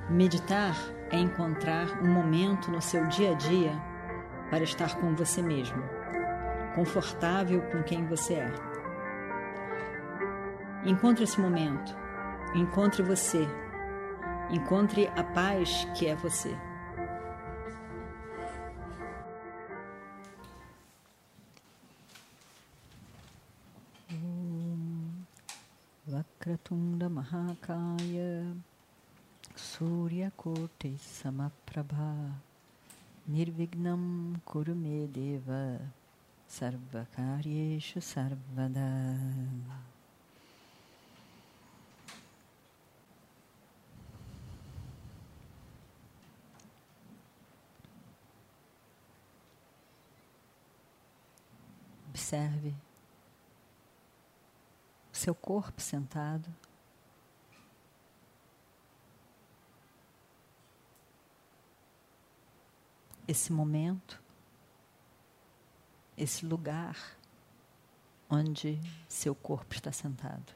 Meditar é encontrar um momento no seu dia a dia para estar com você mesmo, confortável com quem você é. Encontre esse momento, encontre você, encontre a paz que é você. Vakratunda Mahakaya Surya Koti Samaprabha Nirvignam Kurume Deva Sarvakaryeshu Sarvada. Observe o seu corpo sentado. Esse momento, esse lugar onde seu corpo está sentado.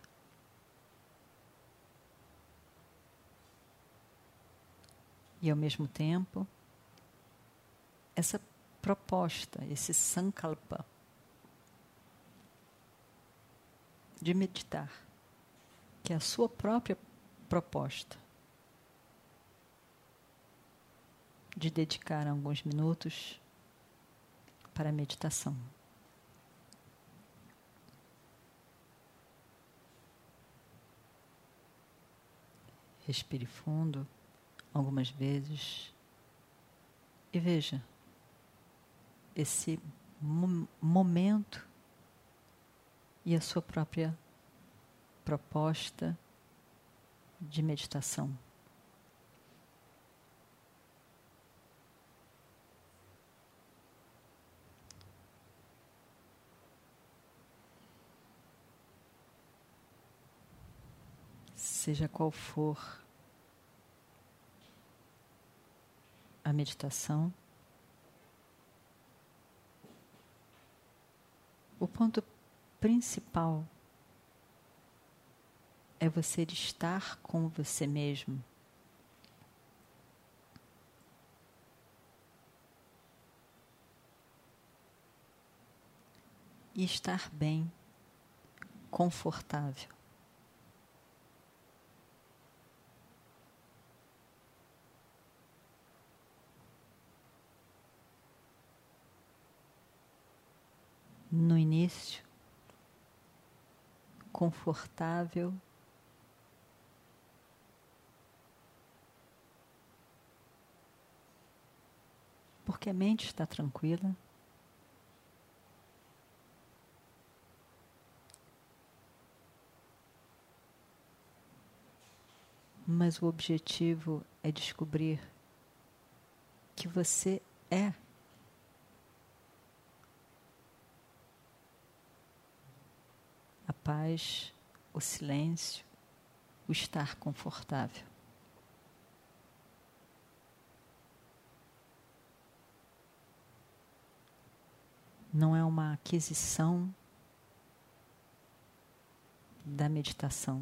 E ao mesmo tempo, essa proposta, esse sankalpa de meditar, que é a sua própria proposta, de dedicar alguns minutos para a meditação. Respire fundo algumas vezes e veja esse momento e a sua própria proposta de meditação. Seja qual for a meditação, o ponto principal é você estar com você mesmo. E estar bem, confortável. No início, confortável, porque a mente está tranquila. Mas o objetivo é descobrir que você é a paz, o silêncio, o estar confortável. Não é uma aquisição da meditação,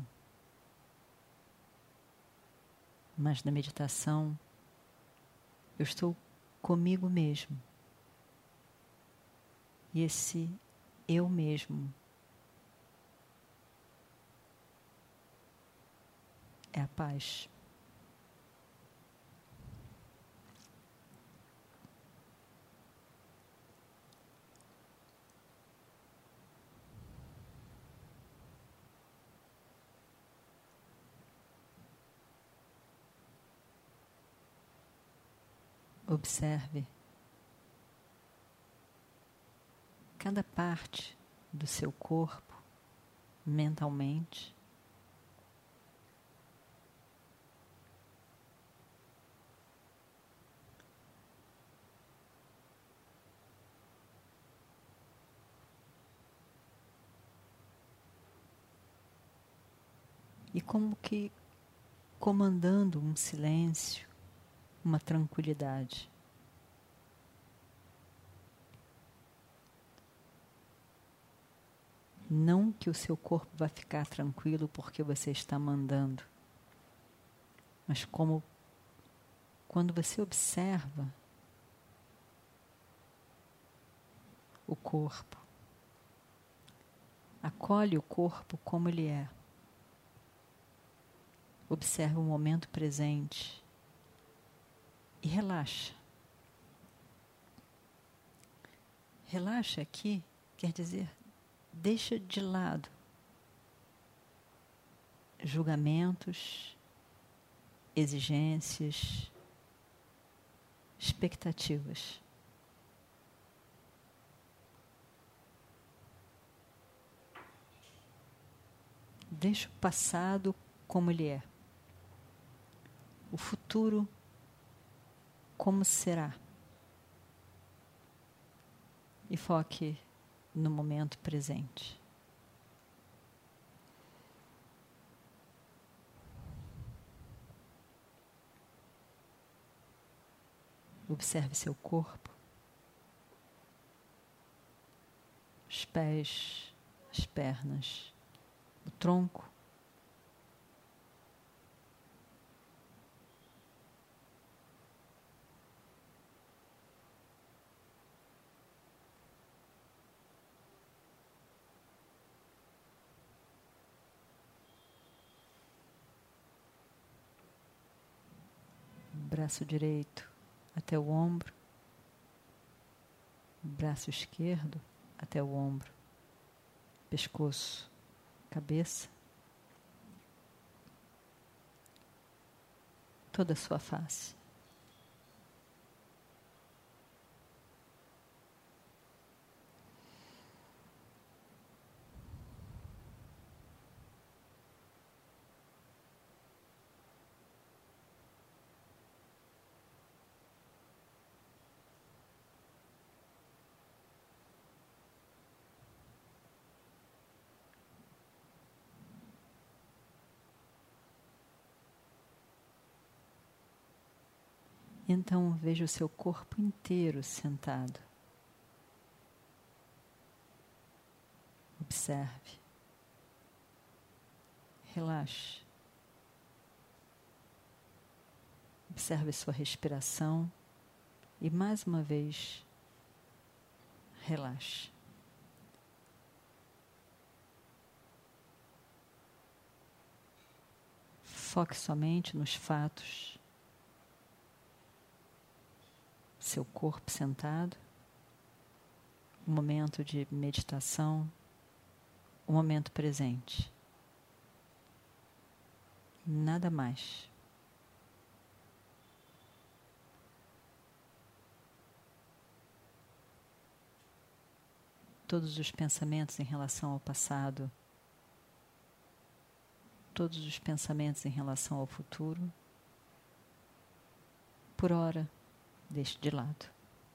mas na meditação eu estou comigo mesmo. E esse eu mesmo é a paz. Observe cada parte do seu corpo mentalmente. E como que comandando um silêncio, uma tranquilidade. Não que o seu corpo vai ficar tranquilo porque você está mandando, mas como quando você observa o corpo, acolhe o corpo como ele é, observa o momento presente e relaxa. Relaxa aqui quer dizer, deixa de lado julgamentos, exigências, expectativas. Deixa o passado como ele é. O futuro como será. E foque no momento presente. Observe seu corpo, os pés, as pernas, o tronco. Braço direito até o ombro, braço esquerdo até o ombro, pescoço, cabeça, toda a sua face. Então veja o seu corpo inteiro sentado. Observe. Relaxe. Observe sua respiração e mais uma vez relaxe. Foque somente nos fatos. Seu corpo sentado, um momento de meditação, um momento presente. Nada mais. Todos os pensamentos em relação ao passado, todos os pensamentos em relação ao futuro, por hora, deixe de lado.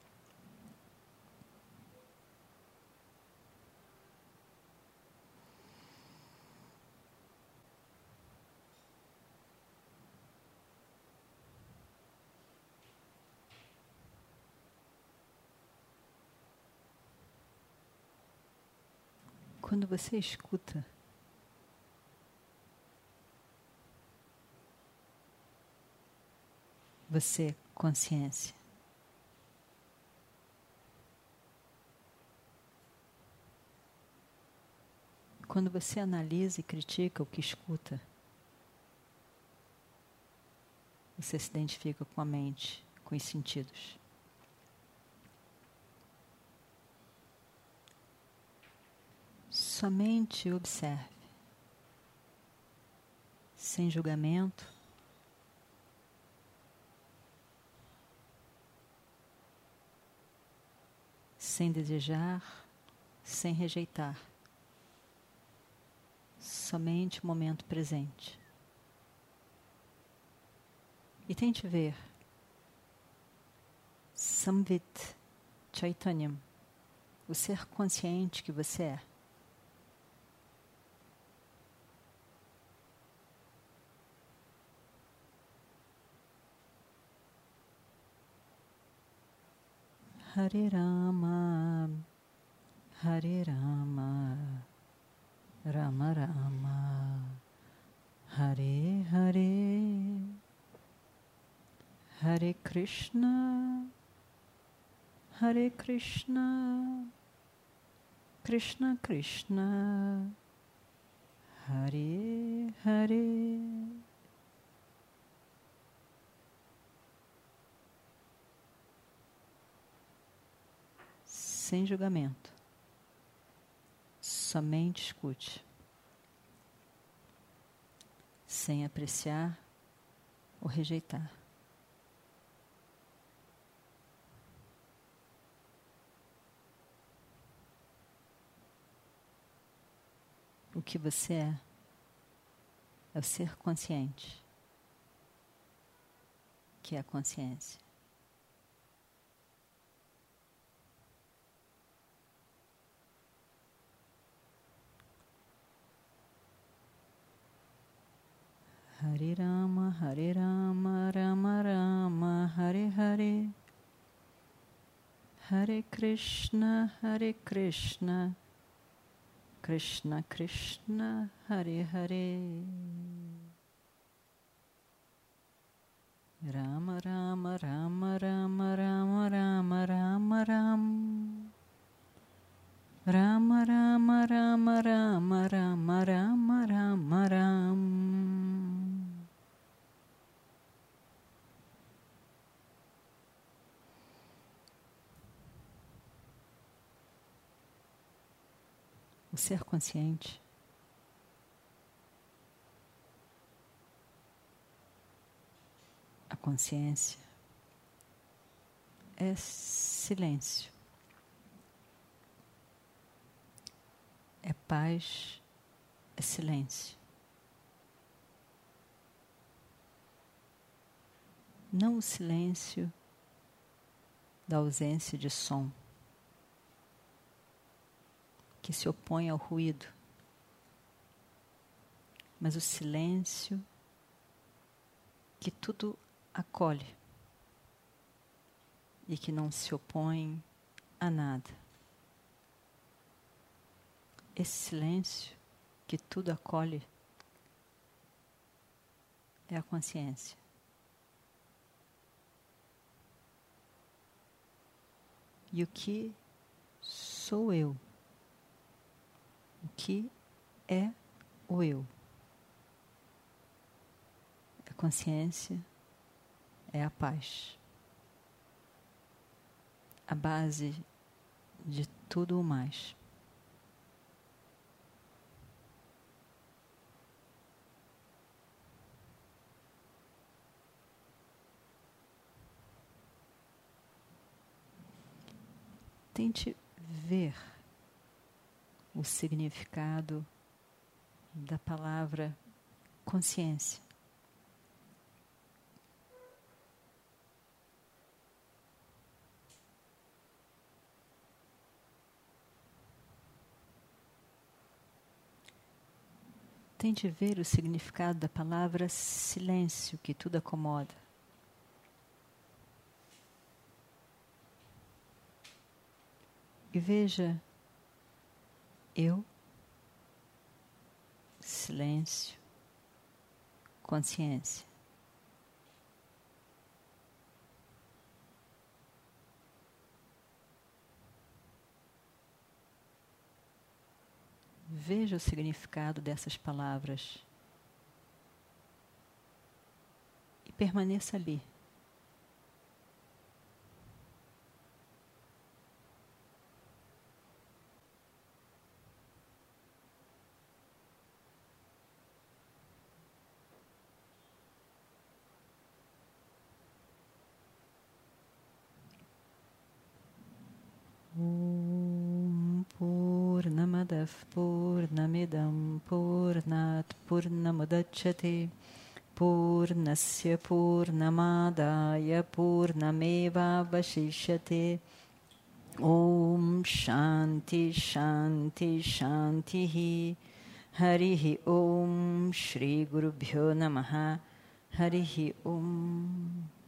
Quando você escuta, você, consciência, quando você analisa e critica o que escuta, você se identifica com a mente, com os sentidos. Somente observe, sem julgamento, sem desejar, sem rejeitar. Somente o momento presente. E tente ver Samvit Chaitanyam, o ser consciente que você é. Hare Rama, Hare Rama, Rama Rama, Hare Hare, Hare Krishna, Hare Krishna, Krishna Krishna, Hare Hare. Sem julgamento, somente escute, sem apreciar ou rejeitar. O que você é o ser consciente, que é a consciência. Hare Rama, Rama Rama, Hare Hare. Hare Krishna, Krishna Krishna, Hare Hare. Rama Rama, Rama Rama, Rama Rama, Rama Rama. Rama Rama, Rama Rama, Rama Rama, Rama Rama. O ser consciente a consciência é silêncio, é paz, é silêncio. Não o silêncio da ausência de som, que se opõe ao ruído, mas o silêncio que tudo acolhe e que não se opõe a nada. Esse silêncio que tudo acolhe é a consciência. E o que sou eu? O que é o eu? A consciência é a paz. A base de tudo o mais. Tente ver o significado da palavra consciência. Tente ver o significado da palavra silêncio, que tudo acomoda. E veja, eu, silêncio, consciência. Veja o significado dessas palavras e permaneça ali. Purnamadav Purnamidam Purnat Purnamudachyate Purnasya Purnamadaya Purnameva Vashishyate. Om Shanti Shanti Shantihi. Harihi Om Shri Gurubhyo Namaha. Harihi Om.